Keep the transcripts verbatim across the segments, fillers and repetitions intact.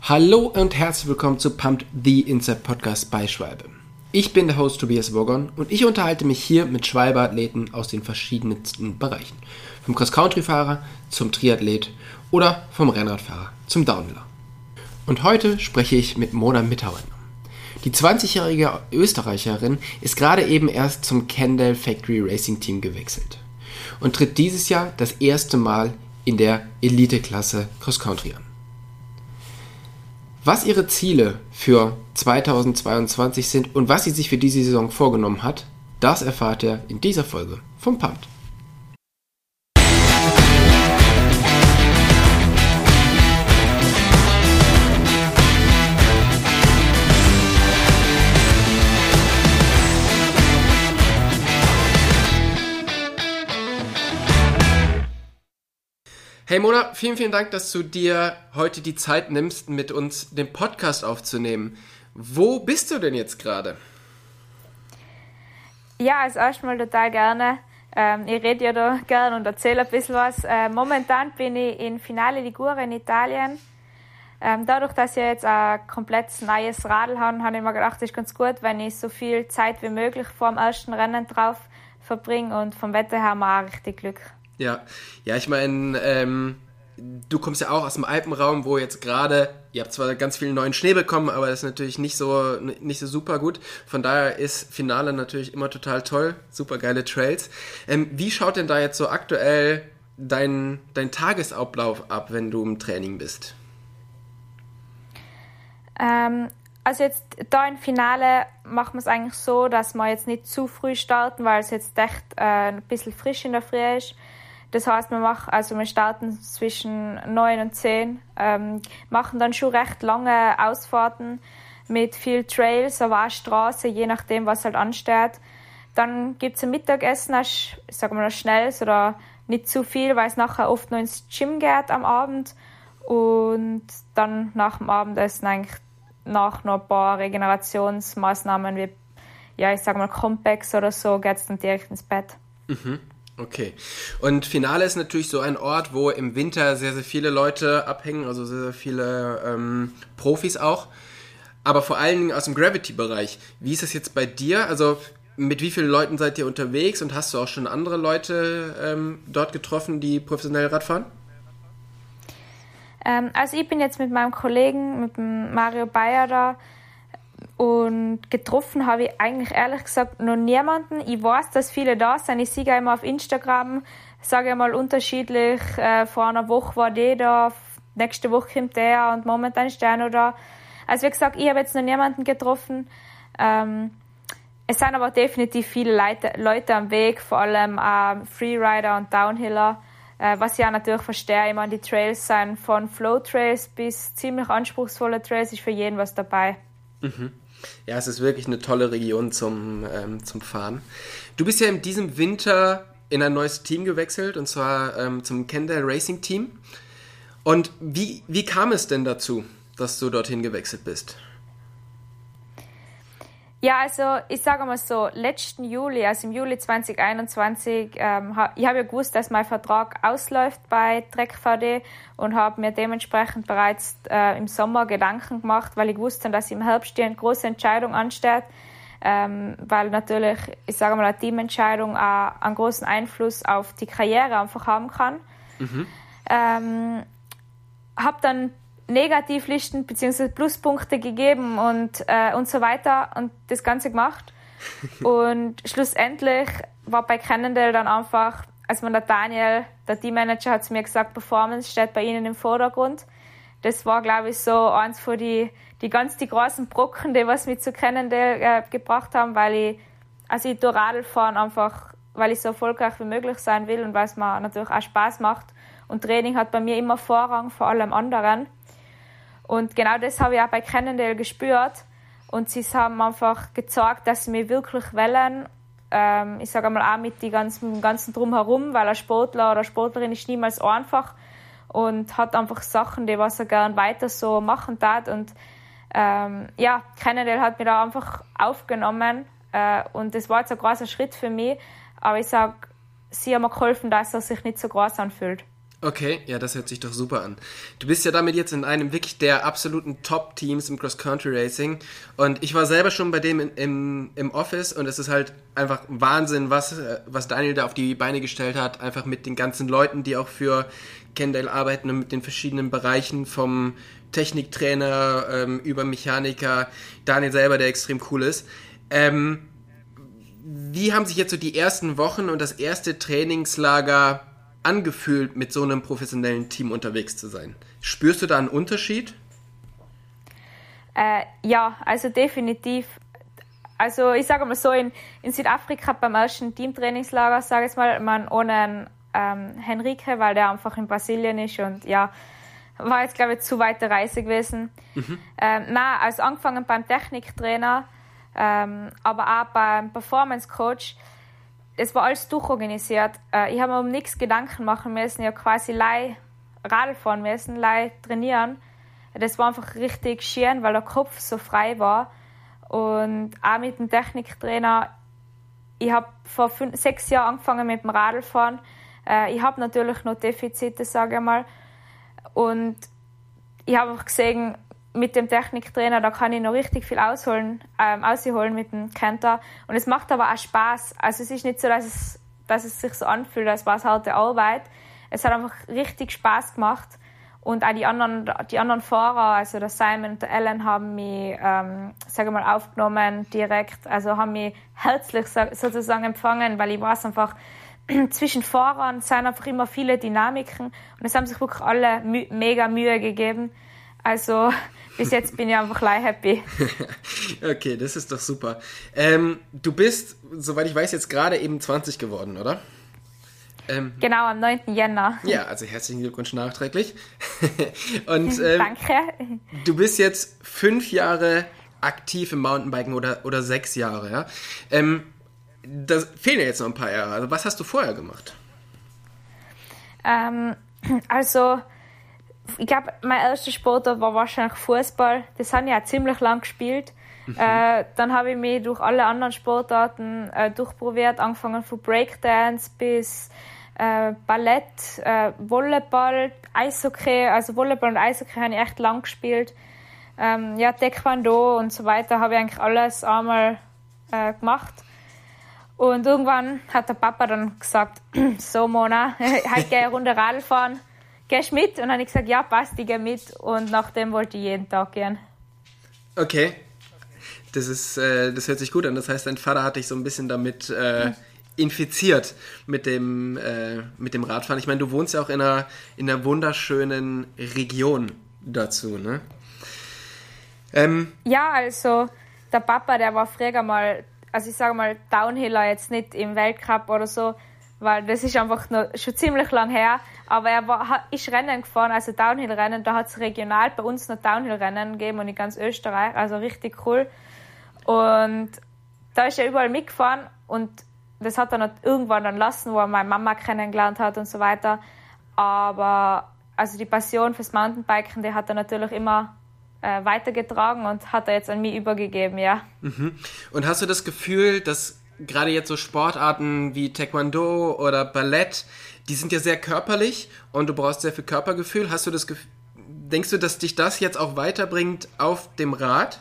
Hallo und herzlich willkommen zu Pumped, the Inside Podcast bei Schwalbe. Ich bin der Host Tobias Wogon und ich unterhalte mich hier mit Schwalbe-Athleten aus den verschiedensten Bereichen. Vom Cross-Country-Fahrer zum Triathlet oder vom Rennradfahrer zum Downhiller. Und heute spreche ich mit Mona Mitterauer. Die zwanzigjährige Österreicherin ist gerade eben erst zum Cannondale Factory Racing Team gewechselt und tritt dieses Jahr das erste Mal in der Elite-Klasse Cross-Country an. Was ihre Ziele für zweitausendzweiundzwanzig sind und was sie sich für diese Saison vorgenommen hat, das erfahrt ihr in dieser Folge vom Pumped. Hey Mona, vielen, vielen Dank, dass du dir heute die Zeit nimmst, mit uns den Podcast aufzunehmen. Wo bist du denn jetzt gerade? Ja, also erstmal total gerne. Ähm, ich rede ja da gerne und erzähle ein bisschen was. Äh, momentan bin ich in Finale Ligure in Italien. Ähm, dadurch, dass ich jetzt ein komplett neues Radl habe, habe ich mir gedacht, es ist ganz gut, wenn ich so viel Zeit wie möglich vor dem ersten Rennen drauf verbringe. Und vom Wetter her haben wir auch richtig Glück. Ja, ja, ich meine, ähm, du kommst ja auch aus dem Alpenraum, wo jetzt gerade, ihr habt zwar ganz viel neuen Schnee bekommen, aber das ist natürlich nicht so nicht so super gut. Von daher ist Finale natürlich immer total toll, super geile Trails. Ähm, wie schaut denn da jetzt so aktuell dein, dein Tagesablauf ab, wenn du im Training bist? Ähm, also jetzt da im Finale machen wir es eigentlich so, dass wir jetzt nicht zu früh starten, weil es jetzt echt äh, ein bisschen frisch in der Früh ist. Das heißt, wir machen, also wir starten zwischen neun und zehn, ähm, machen dann schon recht lange Ausfahrten mit viel Trails, aber auch Straße, je nachdem, was halt ansteht. Dann gibt es ein Mittagessen, ich sage mal schnelles oder nicht zu viel, weil es nachher oft noch ins Gym geht am Abend. Und dann nach dem Abendessen eigentlich nach noch ein paar Regenerationsmaßnahmen wie, ja, ich sage mal Compex oder so, geht es dann direkt ins Bett. Mhm. Okay. Und Finale ist natürlich so ein Ort, wo im Winter sehr, sehr viele Leute abhängen, also sehr, sehr viele ähm, Profis auch, aber vor allen Dingen aus dem Gravity-Bereich. Wie ist es jetzt bei dir? Also mit wie vielen Leuten seid ihr unterwegs und hast du auch schon andere Leute ähm, dort getroffen, die professionell Rad fahren? Ähm, also ich bin jetzt mit meinem Kollegen, mit dem Mario Bayer da, und getroffen habe ich eigentlich ehrlich gesagt noch niemanden. Ich weiß, dass viele da sind. Ich sehe immer auf Instagram, sage ich mal unterschiedlich, äh, vor einer Woche war der da, nächste Woche kommt der und momentan ist der noch da. Also wie gesagt, ich habe jetzt noch niemanden getroffen. Ähm, es sind aber definitiv viele Leute, Leute am Weg, vor allem äh, Freerider und Downhiller. Äh, was ich auch natürlich verstehe, ich meine, die Trails sind von Flow-Trails bis ziemlich anspruchsvolle Trails, ist für jeden was dabei. Mhm. Ja, es ist wirklich eine tolle Region zum, ähm, zum Fahren. Du bist ja in diesem Winter in ein neues Team gewechselt, und zwar ähm, zum Cannondale Racing Team. Und wie, wie kam es denn dazu, dass du dorthin gewechselt bist? Ja, also ich sage mal so, letzten Juli, also im Juli zwanzig einundzwanzig, ähm, ha, ich habe ja gewusst, dass mein Vertrag ausläuft bei Trek V D und habe mir dementsprechend bereits äh, im Sommer Gedanken gemacht, weil ich wusste, dass im Herbst eine große Entscheidung ansteht, ähm, weil natürlich, ich sage mal, eine Teamentscheidung auch einen großen Einfluss auf die Karriere einfach haben kann. Mhm. Ähm, habe dann Negativlisten bzw. Pluspunkte gegeben und, äh, und so weiter und das Ganze gemacht. Und schlussendlich war bei Cannondale dann einfach, als man der Daniel, der Teammanager, hat zu mir gesagt, Performance steht bei ihnen im Vordergrund. Das war, glaube ich, so eins von die, die ganz die großen Brocken, die was mich zu Cannondale äh, gebracht haben, weil ich, also ich durch Radlfahren einfach, weil ich so erfolgreich wie möglich sein will und weil es mir natürlich auch Spaß macht. Und Training hat bei mir immer Vorrang vor allem anderen. Und genau das habe ich auch bei Cannondale gespürt. Und sie haben einfach gezeigt, dass sie mich wirklich wollen. Ähm, ich sage einmal auch mit dem ganzen, ganzen Drumherum, weil ein Sportler oder Sportlerin ist niemals einfach und hat einfach Sachen, die was er gerne weiter so machen tat. Und ähm, ja, Cannondale hat mich da einfach aufgenommen. Äh, und das war jetzt ein großer Schritt für mich. Aber ich sage, sie haben mir geholfen, dass er sich nicht so groß anfühlt. Okay, ja, das hört sich doch super an. Du bist ja damit jetzt in einem wirklich der absoluten Top-Teams im Cross-Country-Racing und ich war selber schon bei dem in, im, im Office und es ist halt einfach Wahnsinn, was, was Daniel da auf die Beine gestellt hat, einfach mit den ganzen Leuten, die auch für Cannondale arbeiten und mit den verschiedenen Bereichen vom Techniktrainer ähm, über Mechaniker, Daniel selber, der extrem cool ist. Ähm, wie haben sich jetzt so die ersten Wochen und das erste Trainingslager angefühlt, mit so einem professionellen Team unterwegs zu sein? Spürst du da einen Unterschied? Äh, ja, also definitiv. Also ich sage mal so, in, in Südafrika beim ersten Teamtrainingslager, sage ich jetzt mal, man ohne ähm, Henrique, weil der einfach in Brasilien ist und ja, war jetzt glaube ich zu weite Reise gewesen. Mhm. Ähm, nein, also angefangen beim Techniktrainer, ähm, aber auch beim Performance Coach. Es war alles durchorganisiert. Äh, ich habe mir um nichts Gedanken machen müssen. Ich habe quasi lei Radl fahren müssen, lei trainieren. Das war einfach richtig schön, weil der Kopf so frei war. Und auch mit dem Techniktrainer. Ich habe vor fünf, sechs Jahren angefangen mit dem Radlfahren. Äh, ich habe natürlich noch Defizite, sage ich mal. Und ich habe auch gesehen, mit dem Techniktrainer, da kann ich noch richtig viel ausholen, ähm, ausholen mit dem Canter. Und es macht aber auch Spaß. Also es ist nicht so, dass es, dass es sich so anfühlt, als war es harte Arbeit. Es hat einfach richtig Spaß gemacht. Und auch die anderen, die anderen Fahrer, also der Simon und der Alan, haben mich, ähm, sage mal, aufgenommen direkt. Also haben mich herzlich sozusagen empfangen, weil ich weiß einfach, zwischen Fahrern sind einfach immer viele Dynamiken. Und es haben sich wirklich alle mü- mega Mühe gegeben. Also bis jetzt bin ich einfach gleich happy. Okay, das ist doch super. Ähm, du bist, soweit ich weiß, jetzt gerade eben zwanzig geworden, oder? Ähm, genau, am neunten Jänner. Ja, also herzlichen Glückwunsch nachträglich. Und, ähm, Danke. Du bist jetzt fünf Jahre aktiv im Mountainbiken oder, oder sechs Jahre, ja? Ähm, da fehlen ja jetzt noch ein paar Jahre. Also was hast du vorher gemacht? Ähm, also... Ich glaube, mein erster Sportart war wahrscheinlich Fußball. Das habe ich auch ziemlich lang gespielt. Mhm. Äh, dann habe ich mich durch alle anderen Sportarten äh, durchprobiert, angefangen von Breakdance bis äh, Ballett, äh, Volleyball, Eishockey. Also Volleyball und Eishockey habe ich echt lang gespielt. Ähm, ja, Taekwondo und so weiter habe ich eigentlich alles einmal äh, gemacht. Und irgendwann hat der Papa dann gesagt, so Mona, heute gehe ich eine Runde Radl fahren. Gehst mit? Und dann habe ich gesagt, ja, passt, ich gehe mit. Und nachdem wollte ich jeden Tag gehen. Okay. Das ist, äh, das hört sich gut an. Das heißt, dein Vater hat dich so ein bisschen damit äh, infiziert mit dem, äh, mit dem Radfahren. Ich meine, du wohnst ja auch in einer, in einer wunderschönen Region dazu, ne? Ähm, ja, also der Papa, der war früher mal, also ich sage mal, Downhiller jetzt nicht im Weltcup oder so, weil das ist einfach noch schon ziemlich lang her. Aber er war, ist Rennen gefahren, also Downhill-Rennen. Da hat es regional bei uns noch Downhill-Rennen gegeben und in ganz Österreich. Also richtig cool. Und da ist er überall mitgefahren und das hat er dann irgendwann dann lassen, wo er meine Mama kennengelernt hat und so weiter. Aber also die Passion fürs Mountainbiken, die hat er natürlich immer äh, weitergetragen und hat er jetzt an mich übergegeben, ja. Mhm. Und hast du das Gefühl, dass gerade jetzt so Sportarten wie Taekwondo oder Ballett, die sind ja sehr körperlich und du brauchst sehr viel Körpergefühl. Hast du das Gefühl, denkst du, dass dich das jetzt auch weiterbringt auf dem Rad?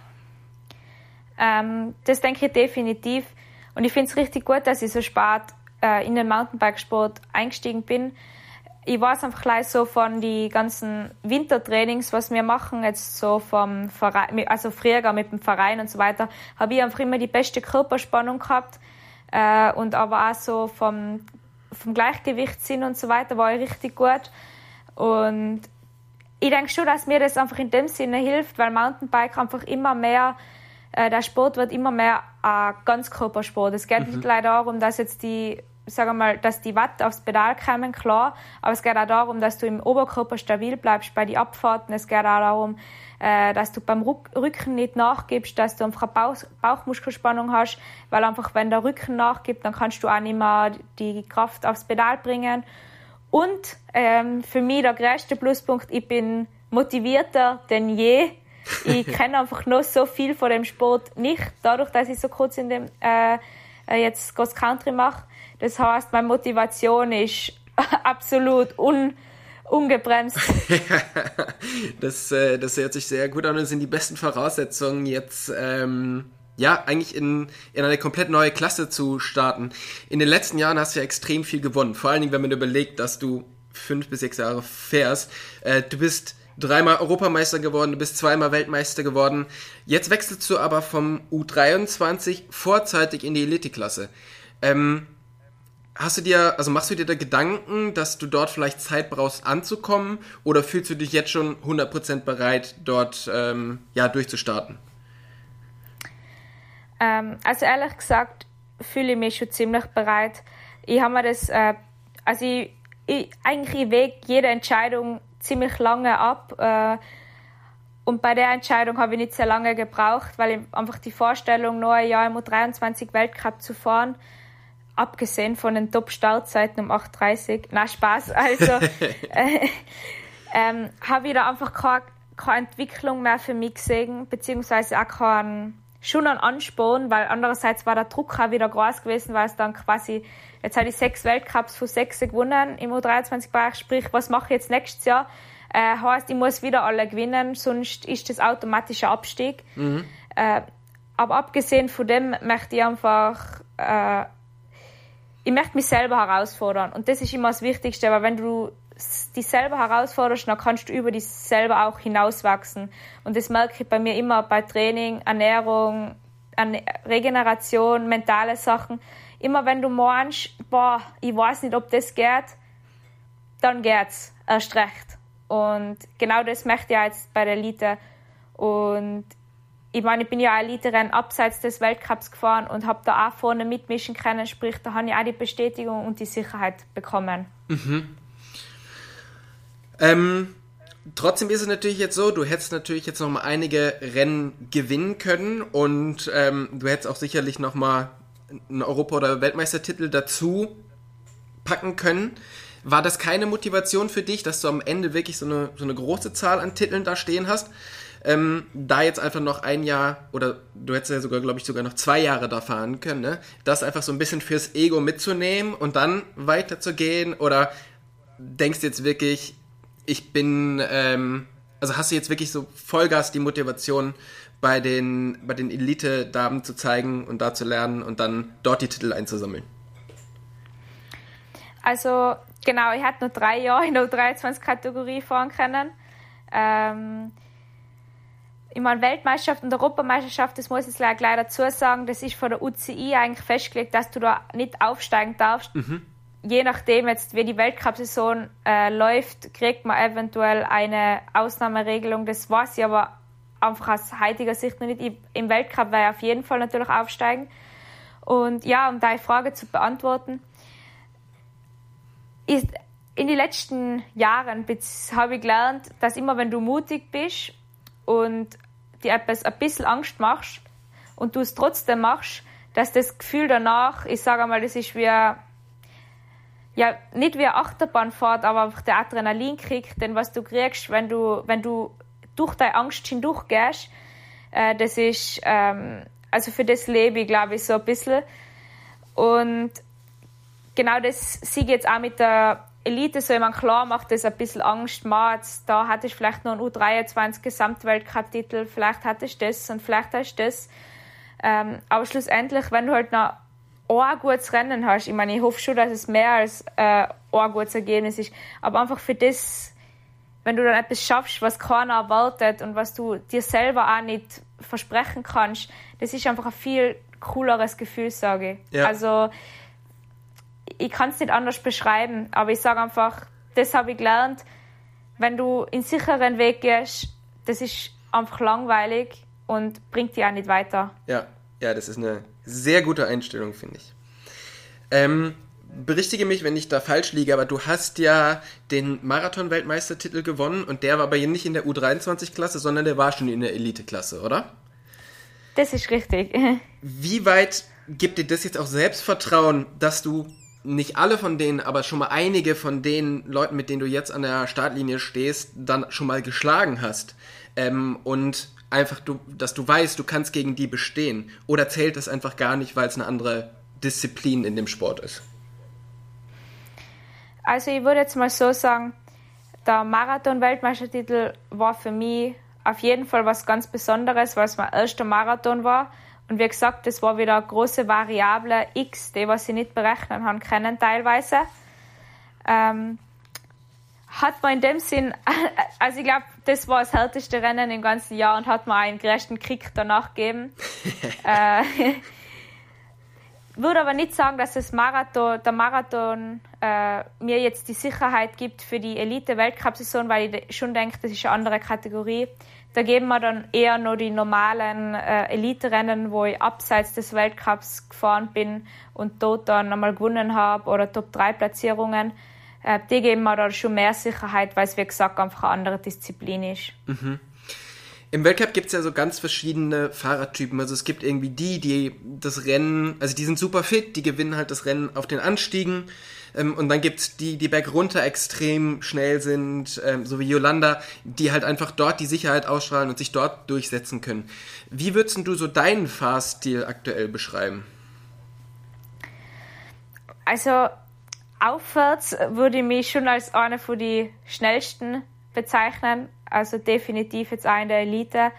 Ähm, das denke ich definitiv. Und ich finde es richtig gut, dass ich so spät äh, in den Mountainbikesport eingestiegen bin. Ich weiß einfach gleich so von den ganzen Wintertrainings, was wir machen, jetzt so vom Verein, also früher mit dem Verein und so weiter, habe ich einfach immer die beste Körperspannung gehabt. Äh, und aber auch so vom, vom Gleichgewichtssinn und so weiter war ich richtig gut. Und ich denke schon, dass mir das einfach in dem Sinne hilft, weil Mountainbike einfach immer mehr, äh, der Sport wird immer mehr ein Ganzkörpersport. Es geht mhm. nicht leider darum, dass jetzt die Sag mal, dass die Watt aufs Pedal kommen, klar, aber es geht auch darum, dass du im Oberkörper stabil bleibst bei den Abfahrten. Es geht auch darum, äh, dass du beim Rücken nicht nachgibst, dass du einfach eine Bauch Bauchmuskelspannung hast, weil einfach, wenn der Rücken nachgibt, dann kannst du auch nicht mehr die Kraft aufs Pedal bringen. Und ähm, für mich der größte Pluspunkt, ich bin motivierter denn je. Ich kenne einfach noch so viel von dem Sport nicht, dadurch, dass ich so kurz in dem äh, jetzt Cross Country mache. Das heißt, meine Motivation ist absolut un, ungebremst. das, äh, das hört sich sehr gut an und sind die besten Voraussetzungen jetzt, ähm, ja, eigentlich in, in eine komplett neue Klasse zu starten. In den letzten Jahren hast du ja extrem viel gewonnen, vor allen Dingen, wenn man überlegt, dass du fünf bis sechs Jahre fährst. Äh, du bist dreimal Europameister geworden, du bist zweimal Weltmeister geworden. Jetzt wechselst du aber vom U dreiundzwanzig vorzeitig in die Eliteklasse. Ähm, hast du dir, also machst du dir da Gedanken, dass du dort vielleicht Zeit brauchst anzukommen oder fühlst du dich jetzt schon hundert Prozent bereit, dort ähm, ja, durchzustarten? Ähm, also ehrlich gesagt fühle ich mich schon ziemlich bereit. Ich habe mir das, äh, also ich, ich, eigentlich ich wege jede Entscheidung ziemlich lange ab äh, und bei der Entscheidung habe ich nicht sehr lange gebraucht, weil ich einfach die Vorstellung, noch ein Jahr im U dreiundzwanzig Weltcup zu fahren, abgesehen von den Top-Startzeiten um acht Uhr dreißig, na Spaß, also äh, ähm, habe ich da einfach keine, keine Entwicklung mehr für mich gesehen, beziehungsweise auch keinen, schon einen Ansporn, weil andererseits war der Druck auch wieder groß gewesen, weil es dann quasi, jetzt habe ich sechs Weltcups von sechs gewonnen im U dreiundzwanzig-Bereich, sprich, was mache ich jetzt nächstes Jahr? Äh, heißt, ich muss wieder alle gewinnen, sonst ist das automatisch ein Abstieg. Mhm. Äh, aber abgesehen von dem möchte ich einfach, äh, ich möchte mich selber herausfordern. Und das ist immer das Wichtigste, weil wenn du dich selber herausforderst, dann kannst du über dich selber auch hinauswachsen. Und das merke ich bei mir immer bei Training, Ernährung, Regeneration, mentale Sachen. Immer wenn du meinst, boah, ich weiß nicht, ob das geht, dann geht's erst recht. Und genau das möchte ich jetzt bei der Elite. Und ich meine, ich bin ja auch Elite-Rennen abseits des Weltcups gefahren und habe da auch vorne mitmischen können, sprich, da habe ich auch die Bestätigung und die Sicherheit bekommen. Mhm. Ähm, trotzdem ist es natürlich jetzt so, du hättest natürlich jetzt noch mal einige Rennen gewinnen können und ähm, du hättest auch sicherlich noch mal einen Europa- oder Weltmeistertitel dazu packen können. War das keine Motivation für dich, dass du am Ende wirklich so eine, so eine große Zahl an Titeln da stehen hast? Ähm, da jetzt einfach noch ein Jahr, oder du hättest ja sogar, glaube ich, sogar noch zwei Jahre da fahren können, ne? Das einfach so ein bisschen fürs Ego mitzunehmen und dann weiterzugehen? Oder denkst du jetzt wirklich, ich bin, ähm, also hast du jetzt wirklich so Vollgas die Motivation, bei den, bei den Elite-Damen zu zeigen und da zu lernen und dann dort die Titel einzusammeln? Also, genau, ich hatte noch drei Jahre in der U dreiundzwanzig-Kategorie fahren können. Ähm, ich meine, Weltmeisterschaft und Europameisterschaft, das muss ich gleich dazu sagen, das ist von der U C I eigentlich festgelegt, dass du da nicht aufsteigen darfst. Mhm. Je nachdem, jetzt, wie die Weltcup-Saison äh, läuft, kriegt man eventuell eine Ausnahmeregelung. Das weiß ich aber einfach aus heutiger Sicht noch nicht. Ich, im Weltcup werde ich auf jeden Fall natürlich aufsteigen. Und ja, um deine Frage zu beantworten, ist, in den letzten Jahren habe ich gelernt, dass immer wenn du mutig bist und dir etwas ein bisschen Angst machst und du es trotzdem machst, dass das Gefühl danach, ich sage einmal, das ist wie, ja, nicht wie eine Achterbahnfahrt, aber einfach der Adrenalinkick, den was du kriegst, wenn du, wenn du durch deine Angst hindurchgehst, äh, das ist, ähm, also für das lebe ich, glaube ich, so ein bisschen. Und genau das sehe ich jetzt auch mit der Elite so. Ich meine, klar macht das ein bisschen Angst. Man, da hattest du vielleicht noch einen U dreiundzwanzig Gesamtweltcup-Titel, vielleicht hattest du das und vielleicht hast du das. Ähm, aber schlussendlich, wenn du halt noch ein gutes Rennen hast, ich meine, ich hoffe schon, dass es mehr als äh, ein gutes Ergebnis ist, aber einfach für das, wenn du dann etwas schaffst, was keiner erwartet und was du dir selber auch nicht versprechen kannst, das ist einfach ein viel cooleres Gefühl, sage ich. Ja. Also, ich kann es nicht anders beschreiben, aber ich sage einfach, das habe ich gelernt, wenn du in sicheren Weg gehst, das ist einfach langweilig und bringt dich auch nicht weiter. Ja, ja, das ist eine sehr gute Einstellung, finde ich. Ähm, berichtige mich, wenn ich da falsch liege, aber du hast ja den Marathon-Weltmeistertitel gewonnen und der war aber nicht in der U dreiundzwanzig-Klasse, sondern der war schon in der Elite-Klasse, oder? Das ist richtig. Wie weit gibt dir das jetzt auch Selbstvertrauen, dass du nicht alle von denen, aber schon mal einige von den Leuten, mit denen du jetzt an der Startlinie stehst, dann schon mal geschlagen hast? Ähm, und einfach, du, dass du weißt, du kannst gegen die bestehen? Oder zählt das einfach gar nicht, weil es eine andere Disziplin in dem Sport ist? Also ich würde jetzt mal so sagen, der Marathon-Weltmeistertitel war für mich auf jeden Fall was ganz Besonderes, weil es mein erster Marathon war. Und wie gesagt, das war wieder eine große Variable X, die was ich nicht berechnen haben können teilweise. Ähm, hat man in dem Sinn, also ich glaube, das war das härteste Rennen im ganzen Jahr und hat mir einen größten Kick danach gegeben. äh, würde aber nicht sagen, dass das Marathon, der Marathon äh, mir jetzt die Sicherheit gibt für die Elite-Weltcup-Saison, weil ich schon denke, das ist eine andere Kategorie. Da geben wir dann eher noch die normalen äh, Elite-Rennen, wo ich abseits des Weltcups gefahren bin und dort dann einmal gewonnen habe oder Top drei Platzierungen. Äh, die geben mir dann schon mehr Sicherheit, weil es, wie gesagt, einfach eine andere Disziplin ist. Mhm. Im Weltcup gibt es ja so ganz verschiedene Fahrertypen. Also es gibt irgendwie die, die das Rennen, also die sind super fit, die gewinnen halt das Rennen auf den Anstiegen. Ähm, und dann gibt es die, die bergunter extrem schnell sind, ähm, so wie Yolanda, die halt einfach dort die Sicherheit ausstrahlen und sich dort durchsetzen können. Wie würdest du so deinen Fahrstil aktuell beschreiben? Also aufwärts würde ich mich schon als eine von den schnellsten bezeichnen. Also definitiv jetzt auch in der Elite.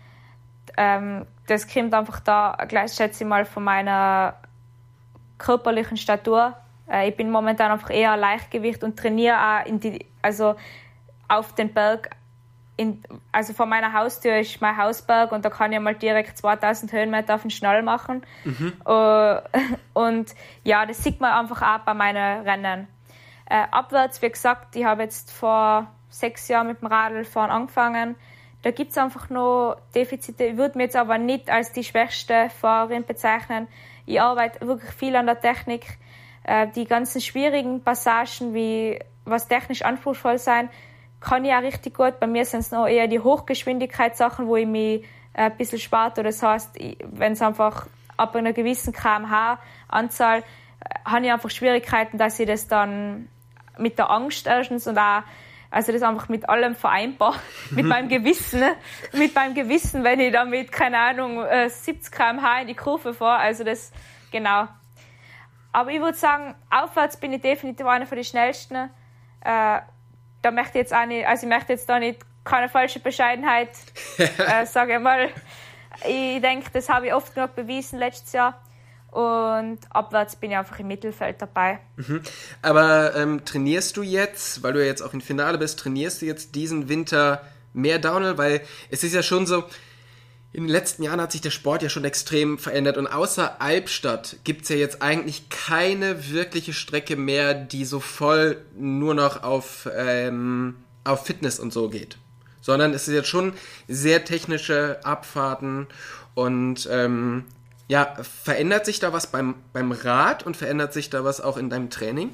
Ähm, das kommt einfach da, gleich schätze ich mal, von meiner körperlichen Statur. Äh, ich bin momentan einfach eher Leichtgewicht und trainiere auch in die, also auf den Berg. In, also vor meiner Haustür ist mein Hausberg und da kann ich mal direkt zweitausend Höhenmeter auf den Schnall machen. Mhm. Uh, und ja, das sieht man einfach auch bei meinen Rennen. Äh, abwärts, wie gesagt, ich habe jetzt vor sechs Jahren mit dem Radlfahren angefangen. Da gibt es einfach noch Defizite. Ich würde mich jetzt aber nicht als die schwächste Fahrerin bezeichnen. Ich arbeite wirklich viel an der Technik. Äh, die ganzen schwierigen Passagen, wie was technisch anspruchsvoll sein, kann ich auch richtig gut. Bei mir sind es noch eher die Hochgeschwindigkeitssachen, wo ich mich äh, ein bisschen sparte. Das heißt, wenn es einfach ab einer gewissen Kilometer pro Stunde Anzahl, äh, habe ich einfach Schwierigkeiten, dass ich das dann mit der Angst erstens und auch, also das einfach mit allem vereinbar, mit meinem Gewissen, mit meinem Gewissen, wenn ich dann mit, keine Ahnung, siebzig Kilometer pro Stunde in die Kurve fahre, also das, genau. Aber ich würde sagen, aufwärts bin ich definitiv einer von den schnellsten. Äh, da möchte ich jetzt auch nicht, also ich möchte jetzt da nicht, keine falsche Bescheidenheit, äh, sage ich mal. Ich denke, das habe ich oft genug bewiesen letztes Jahr. Und abwärts bin ich einfach im Mittelfeld dabei. Mhm. Aber ähm, trainierst du jetzt, weil du ja jetzt auch im Finale bist, trainierst du jetzt diesen Winter mehr Downhill? Weil es ist ja schon so, in den letzten Jahren hat sich der Sport ja schon extrem verändert. Und außer Albstadt gibt es ja jetzt eigentlich keine wirkliche Strecke mehr, die so voll nur noch auf, ähm, auf Fitness und so geht. Sondern es ist jetzt schon sehr technische Abfahrten und ähm, ja, verändert sich da was beim, beim Rad und verändert sich da was auch in deinem Training?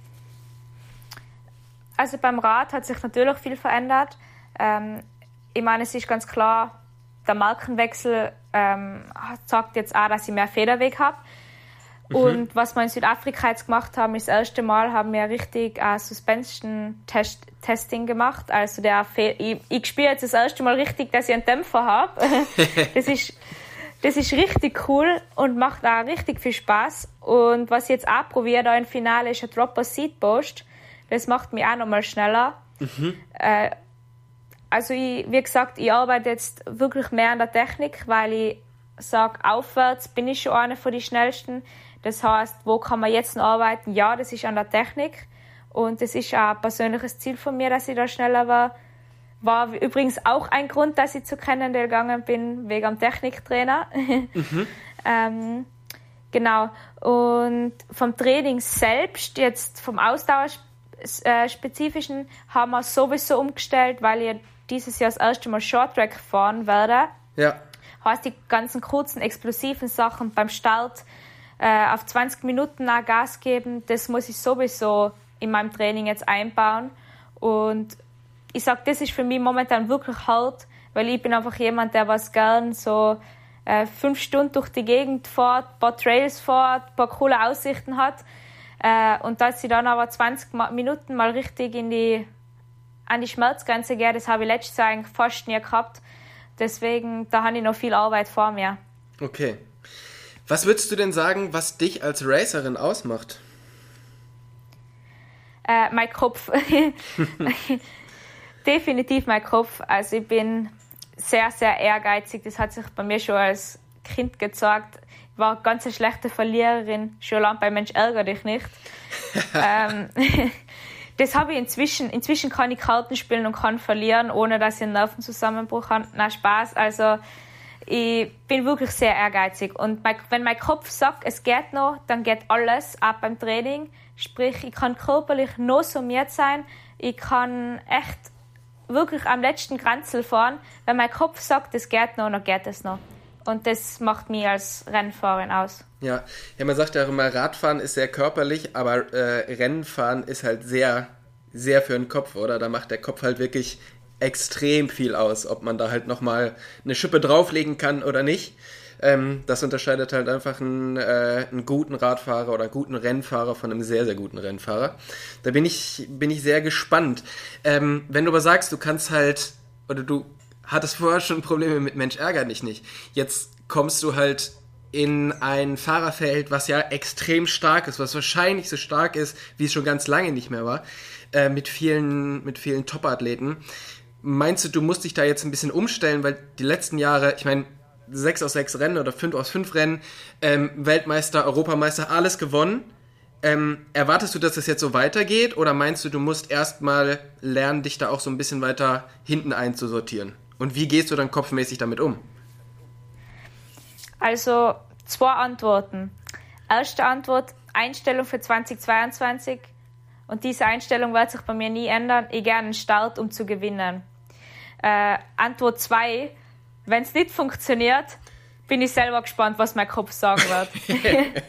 Also beim Rad hat sich natürlich viel verändert. Ähm, ich meine, es ist ganz klar, der Markenwechsel ähm, sagt jetzt auch, dass ich mehr Federweg habe. Mhm. Und was wir in Südafrika jetzt gemacht haben, ist das erste Mal haben wir richtig äh, Suspension-Testing gemacht. Also der Fe- ich, ich spüre jetzt das erste Mal richtig, dass ich einen Dämpfer habe. Das ist Das ist richtig cool und macht auch richtig viel Spaß. Und was ich jetzt auch probiere da im Finale ist ein Dropper Seat Post. Das macht mich auch nochmal schneller. Mhm. Äh, also ich, wie gesagt, ich arbeite jetzt wirklich mehr an der Technik, weil ich sage, aufwärts bin ich schon einer von den schnellsten. Das heißt, wo kann man jetzt noch arbeiten? Ja, das ist an der Technik. Und das ist auch ein persönliches Ziel von mir, dass ich da schneller war. War übrigens auch ein Grund, dass ich zu Cannondale gegangen bin, wegen dem Techniktrainer. Mhm. ähm, genau. Und vom Training selbst, jetzt vom Ausdauerspezifischen, haben wir sowieso umgestellt, weil ich dieses Jahr das erste Mal Shorttrack fahren werde. Ja. Heißt, die ganzen kurzen, explosiven Sachen beim Start äh, auf zwanzig Minuten auch Gas geben, das muss ich sowieso in meinem Training jetzt einbauen. Und ich sage, das ist für mich momentan wirklich hart, weil ich bin einfach jemand, der was gern so äh, fünf Stunden durch die Gegend fährt, ein paar Trails fährt, ein paar coole Aussichten hat. Äh, und dass ich dann aber zwanzig Minuten mal richtig in die, an die Schmerzgrenze gehe, das habe ich letztes Jahr eigentlich fast nie gehabt. Deswegen, da habe ich noch viel Arbeit vor mir. Okay. Was würdest du denn sagen, was dich als Racerin ausmacht? Äh, mein Kopf. Definitiv mein Kopf. Also ich bin sehr, sehr ehrgeizig. Das hat sich bei mir schon als Kind gezeigt. Ich war eine ganz schlechte Verliererin. Schon lange bei Mensch ärger dich nicht. ähm, das habe ich inzwischen. Inzwischen kann ich Karten spielen und kann verlieren, ohne dass ich einen Nervenzusammenbruch habe. Na Spaß. Also ich bin wirklich sehr ehrgeizig. Und mein, wenn mein Kopf sagt, es geht noch, dann geht alles ab beim Training. Sprich, ich kann körperlich noch summiert sein. Ich kann echt wirklich am letzten Grenzel fahren. Wenn mein Kopf sagt, es geht noch, dann geht es noch. Und das macht mich als Rennfahrerin aus. Ja, ja, man sagt ja auch immer, Radfahren ist sehr körperlich, aber äh, Rennfahren ist halt sehr, sehr für den Kopf, oder? Da macht der Kopf halt wirklich extrem viel aus, ob man da halt nochmal eine Schippe drauflegen kann oder nicht. Ähm, das unterscheidet halt einfach einen, äh, einen guten Radfahrer oder einen guten Rennfahrer von einem sehr, sehr guten Rennfahrer. Da bin ich, bin ich sehr gespannt. Ähm, wenn du aber sagst, du kannst halt, oder du hattest vorher schon Probleme mit Mensch ärger dich nicht. Jetzt kommst du halt in ein Fahrerfeld, was ja extrem stark ist, was wahrscheinlich so stark ist, wie es schon ganz lange nicht mehr war, äh, mit vielen, mit vielen Top-Athleten. Meinst du, du musst dich da jetzt ein bisschen umstellen, weil die letzten Jahre, ich meine, sechs aus sechs Rennen oder fünf aus fünf Rennen, ähm, Weltmeister, Europameister, alles gewonnen. Ähm, erwartest du, dass es jetzt so weitergeht, oder meinst du, du musst erstmal lernen, dich da auch so ein bisschen weiter hinten einzusortieren? Und wie gehst du dann kopfmäßig damit um? Also zwei Antworten. Erste Antwort, Einstellung für zweitausendzweiundzwanzig. Und diese Einstellung wird sich bei mir nie ändern. Ich gehe einen Start, um zu gewinnen. Äh, Antwort zwei, wenn es nicht funktioniert, bin ich selber gespannt, was mein Kopf sagen wird.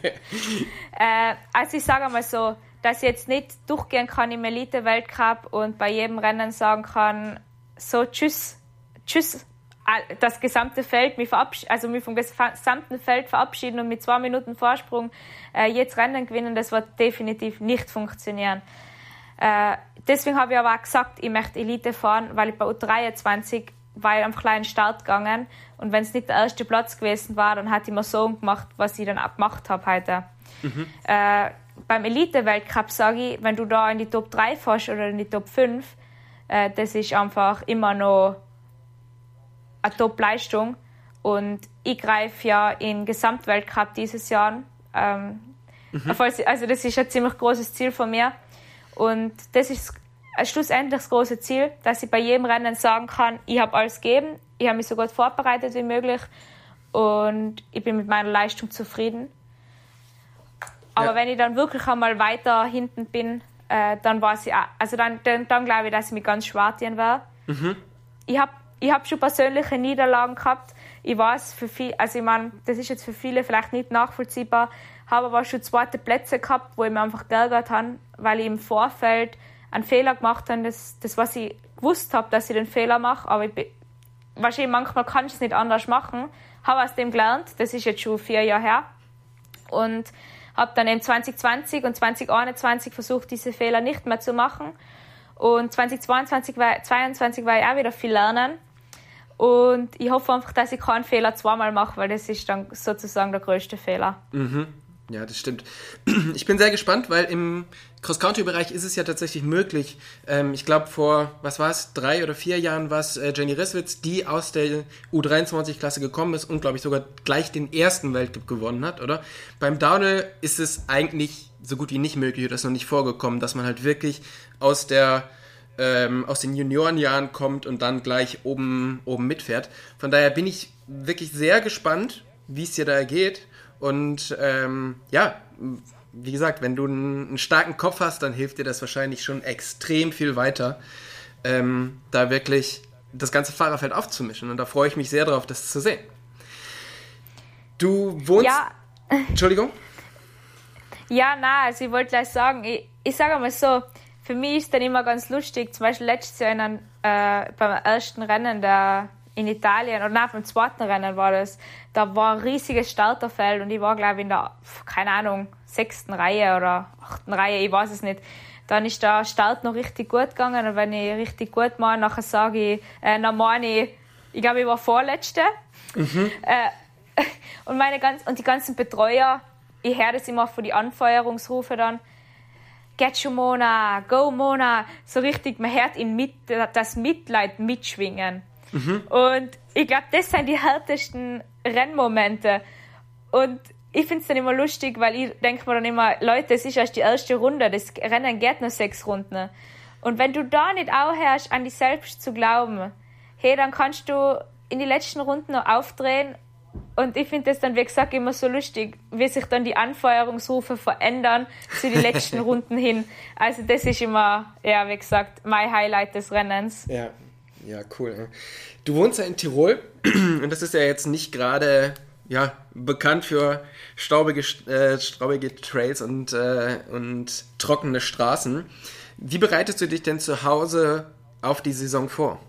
äh, also ich sage mal so, dass ich jetzt nicht durchgehen kann im Elite-Weltcup und bei jedem Rennen sagen kann, so tschüss, tschüss, das gesamte Feld, mich verabsch- also mich vom gesamten Feld verabschieden und mit zwei Minuten Vorsprung äh, jetzt Rennen gewinnen, das wird definitiv nicht funktionieren. Äh, deswegen habe ich aber auch gesagt, ich möchte Elite fahren, weil ich bei U dreiundzwanzig war ich am kleinen Start gegangen, und wenn es nicht der erste Platz gewesen war, dann hätte ich mir so gemacht, was ich dann auch gemacht habe heute. Mhm. Äh, beim Elite-Weltcup sage ich, wenn du da in die Top drei fährst oder in die Top fünf, äh, das ist einfach immer noch eine Top-Leistung, und ich greife ja in Gesamtweltcup dieses Jahr. Ähm, mhm. Also das ist ein ziemlich großes Ziel von mir, und das ist schlussendlich das große Ziel, dass ich bei jedem Rennen sagen kann, ich habe alles gegeben, ich habe mich so gut vorbereitet wie möglich und ich bin mit meiner Leistung zufrieden. Aber ja, wenn ich dann wirklich einmal weiter hinten bin, äh, dann weiß ich auch, also dann, dann, dann glaube ich, dass ich mich ganz schwer tun werde. Mhm. Ich habe Ich habe schon persönliche Niederlagen gehabt. Ich weiß, für viel, also ich meine, das ist jetzt für viele vielleicht nicht nachvollziehbar, habe aber schon zweite Plätze gehabt, wo ich mich einfach geärgert habe, weil ich im Vorfeld einen Fehler gemacht habe, das, das was ich gewusst habe, dass ich den Fehler mache, aber ich bin, wahrscheinlich manchmal kann ich es nicht anders machen, habe aus dem gelernt, das ist jetzt schon vier Jahre her, und habe dann eben zwanzig zwanzig und zwanzig einundzwanzig versucht, diese Fehler nicht mehr zu machen, und zwanzig zweiundzwanzig war, zweiundzwanzig war ich auch wieder viel lernen. Und ich hoffe einfach, dass ich keinen Fehler zweimal mache, weil das ist dann sozusagen der größte Fehler. Mhm. Ja, das stimmt. Ich bin sehr gespannt, weil im Cross-Country-Bereich ist es ja tatsächlich möglich. Ähm, ich glaube, vor, was war es, drei oder vier Jahren war es äh, Jenny Risswitz, die aus der U dreiundzwanzig-Klasse gekommen ist und, glaube ich, sogar gleich den ersten Weltcup gewonnen hat, oder? Beim Downhill ist es eigentlich so gut wie nicht möglich, oder ist noch nicht vorgekommen, dass man halt wirklich aus der ähm, aus den Juniorenjahren kommt und dann gleich oben, oben mitfährt. Von daher bin ich wirklich sehr gespannt, wie es dir da geht. Und ähm, ja, wie gesagt, wenn du einen, einen starken Kopf hast, dann hilft dir das wahrscheinlich schon extrem viel weiter, ähm, da wirklich das ganze Fahrerfeld aufzumischen. Und da freue ich mich sehr drauf, das zu sehen. Du wohnst... Ja. Entschuldigung? Ja, nein, also ich wollte gleich sagen, ich, ich sage mal so, für mich ist dann immer ganz lustig, zum Beispiel letztes Jahr in einem, äh, beim ersten Rennen der, in Italien, oder nein, beim zweiten Rennen war das, da war ein riesiges Starterfeld und ich war, glaube ich, in der, keine Ahnung, sechsten Reihe oder achten Reihe, ich weiß es nicht. Dann ist der Start noch richtig gut gegangen und wenn ich richtig gut mache, nachher sage ich, äh, dann meine ich, ich glaube, ich war Vorletzte. Mhm. Äh, und, meine ganz, und die ganzen Betreuer, ich höre das immer von den Anfeuerungsrufen dann, get you Mona, go Mona, so richtig, man hört ihn mit, das Mitleid mitschwingen. Mhm. Und ich glaube, das sind die härtesten Rennmomente. Und ich finde es dann immer lustig, weil ich denke mir dann immer, Leute, es ist erst die erste Runde, das Rennen geht nur sechs Runden. Und wenn du da nicht aufhörst, an dich selbst zu glauben, hey, dann kannst du in die letzten Runden noch aufdrehen. Und ich finde das dann, wie gesagt, immer so lustig, wie sich dann die Anfeuerungsrufe verändern zu den letzten Runden hin. Also das ist immer, ja, wie gesagt, mein Highlight des Rennens. Ja, ja, cool. Du wohnst ja in Tirol und das ist ja jetzt nicht gerade ja, bekannt für staubige, äh, staubige Trails und, äh, und trockene Straßen. Wie bereitest du dich denn zu Hause auf die Saison vor?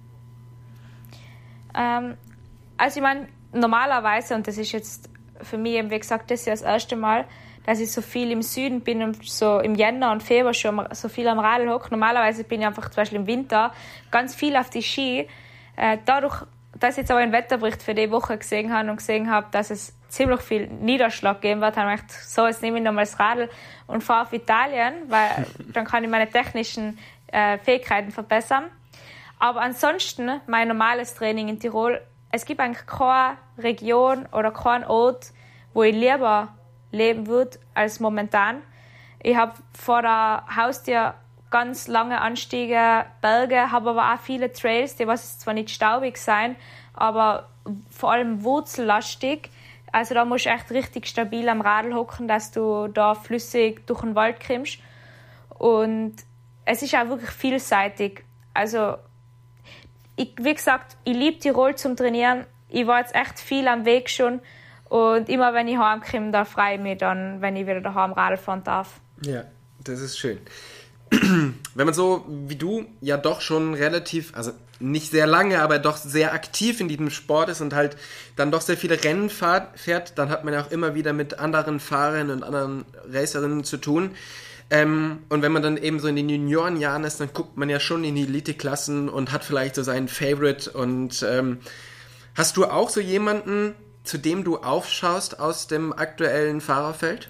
Ähm, also ich meine, normalerweise, und das ist jetzt für mich eben, wie gesagt, das ist ja das erste Mal, dass ich so viel im Süden bin und so im Jänner und Februar schon so viel am Radl hocke. Normalerweise bin ich einfach zum Beispiel im Winter ganz viel auf die Ski. Äh, dadurch, dass ich jetzt aber einen Wetterbericht für die Woche gesehen habe und gesehen habe, dass es ziemlich viel Niederschlag geben wird, habe ich gedacht, so, jetzt nehme ich nochmal das Radl und fahre auf Italien, weil dann kann ich meine technischen äh, Fähigkeiten verbessern. Aber ansonsten, mein normales Training in Tirol, es gibt eigentlich keine Region oder keinen Ort, wo ich lieber leben würde als momentan. Ich habe vor der Haustür ganz lange Anstiege, Berge, habe aber auch viele Trails, die was zwar nicht staubig sein, aber vor allem wurzellastig. Also da musst du echt richtig stabil am Radl hocken, dass du da flüssig durch den Wald kommst. Und es ist auch wirklich vielseitig. Also ich, wie gesagt, ich liebe Tirol zum Trainieren. Ich war jetzt echt viel am Weg schon. Und immer wenn ich heimkomme, da freue ich mich dann, wenn ich wieder daheim Radl fahren darf. Ja, das ist schön. Wenn man so wie du ja doch schon relativ, also nicht sehr lange, aber doch sehr aktiv in diesem Sport ist und halt dann doch sehr viele Rennen fährt, dann hat man ja auch immer wieder mit anderen Fahrern und anderen Racerinnen zu tun. Ähm, und wenn man dann eben so in den Juniorenjahren ist, dann guckt man ja schon in die Elite-Klassen und hat vielleicht so seinen Favorite. Und ähm, hast du auch so jemanden, zu dem du aufschaust aus dem aktuellen Fahrerfeld?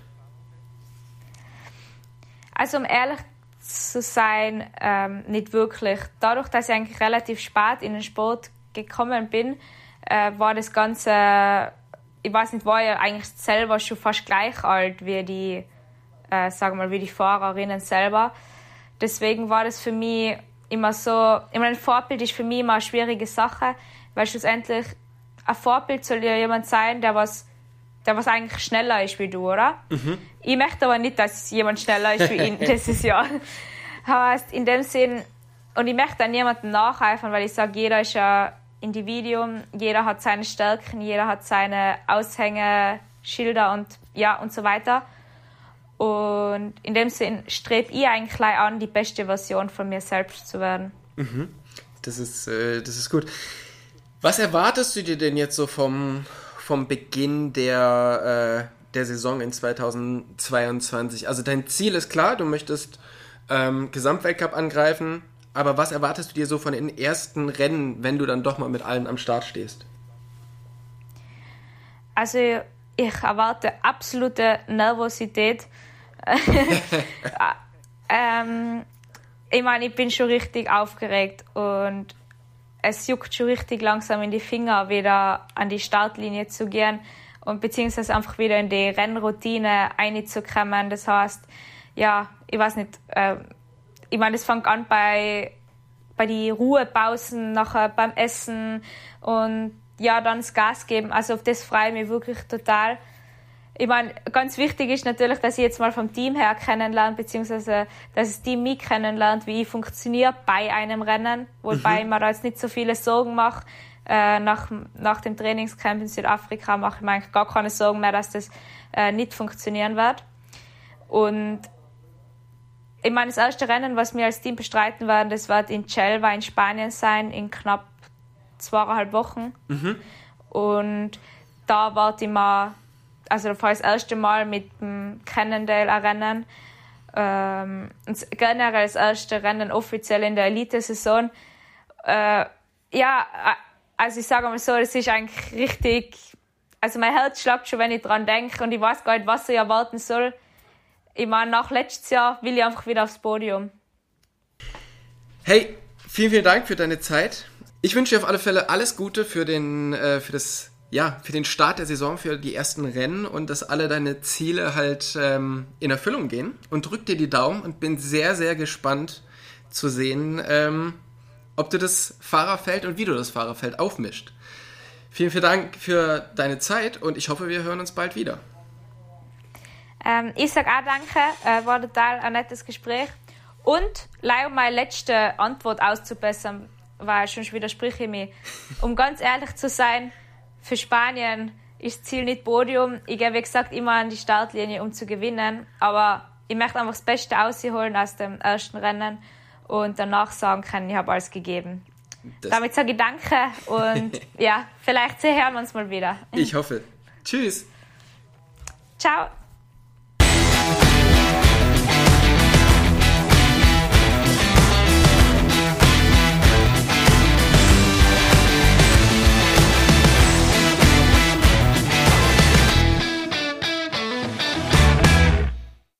Also um ehrlich zu sein, ähm, nicht wirklich. Dadurch, dass ich eigentlich relativ spät in den Sport gekommen bin, äh, war das Ganze, ich weiß nicht, war ja eigentlich selber schon fast gleich alt wie die Äh, sagen wir mal, wie die Fahrerinnen selber. Deswegen war das für mich immer so, ich meine, ein Vorbild ist für mich immer eine schwierige Sache, weil schlussendlich ein Vorbild soll ja jemand sein, der was, der was eigentlich schneller ist wie du, oder? Mhm. Ich möchte aber nicht, dass jemand schneller ist wie ihn dieses Jahr. Heißt, in dem Sinn, und ich möchte dann niemandem nacheifern, weil ich sage, jeder ist ein Individuum, jeder hat seine Stärken, jeder hat seine Aushängeschilder und ja, und so weiter. Und in dem Sinn strebe ich eigentlich an, die beste Version von mir selbst zu werden. Mhm. Das ist, äh, das ist gut. Was erwartest du dir denn jetzt so vom, vom Beginn der, äh, der Saison in zweitausendzweiundzwanzig? Also dein Ziel ist klar, du möchtest ähm, Gesamtweltcup angreifen, aber was erwartest du dir so von den ersten Rennen, wenn du dann doch mal mit allen am Start stehst? Also ich erwarte absolute Nervosität. ähm, ich meine, ich bin schon richtig aufgeregt und es juckt schon richtig langsam in die Finger, wieder an die Startlinie zu gehen und beziehungsweise einfach wieder in die Rennroutine reinzukommen. Das heißt, ja, ich weiß nicht, äh, ich meine, es fängt an bei, bei die Ruhepausen, nachher beim Essen und ja, dann das Gas geben. Also auf das freue ich mich wirklich total. Ich meine, ganz wichtig ist natürlich, dass ich jetzt mal vom Team her kennenlerne, beziehungsweise dass das Team mich kennenlernt, wie ich funktioniere bei einem Rennen, wobei mhm. ich mir da jetzt nicht so viele Sorgen mache. Äh, nach, nach dem Trainingscamp in Südafrika mache ich mir eigentlich gar keine Sorgen mehr, dass das äh, nicht funktionieren wird. Und ich meine, das erste Rennen, was wir als Team bestreiten werden, das wird in Chelva in Spanien sein, in knapp zweieinhalb Wochen. Mhm. Und da warte ich mal, also da fahre ich das erste Mal mit dem Cannondale Rennen. Ähm, und generell das erste Rennen offiziell in der Elite-Saison. Äh, ja, also ich sage mal so, das ist eigentlich richtig, also mein Herz schlagt schon, wenn ich dran denke und ich weiß gar nicht, was ich erwarten soll. ich meine, nach letztes Jahr will ich einfach wieder aufs Podium. Hey, vielen, vielen Dank für deine Zeit. Ich wünsche dir auf alle Fälle alles Gute für den, äh, für das, ja, für den Start der Saison, für die ersten Rennen und dass alle deine Ziele halt ähm, in Erfüllung gehen. Und drück dir die Daumen und bin sehr, sehr gespannt zu sehen, ähm, ob du das Fahrerfeld und wie du das Fahrerfeld aufmischt. Vielen, vielen Dank für deine Zeit und ich hoffe, wir hören uns bald wieder. Ähm, ich sage auch danke, äh, war total ein nettes Gespräch. Und leider um meine letzte Antwort auszubessern, weil sonst widerspreche ich mich. Um ganz ehrlich zu sein, für Spanien ist das Ziel nicht Podium. Ich gehe, wie gesagt, immer an die Startlinie, um zu gewinnen. Aber ich möchte einfach das Beste rausholen aus dem ersten Rennen und danach sagen können, ich habe alles gegeben. Das Damit sage ich danke und ja, vielleicht hören wir uns mal wieder. Ich hoffe. Tschüss. Ciao.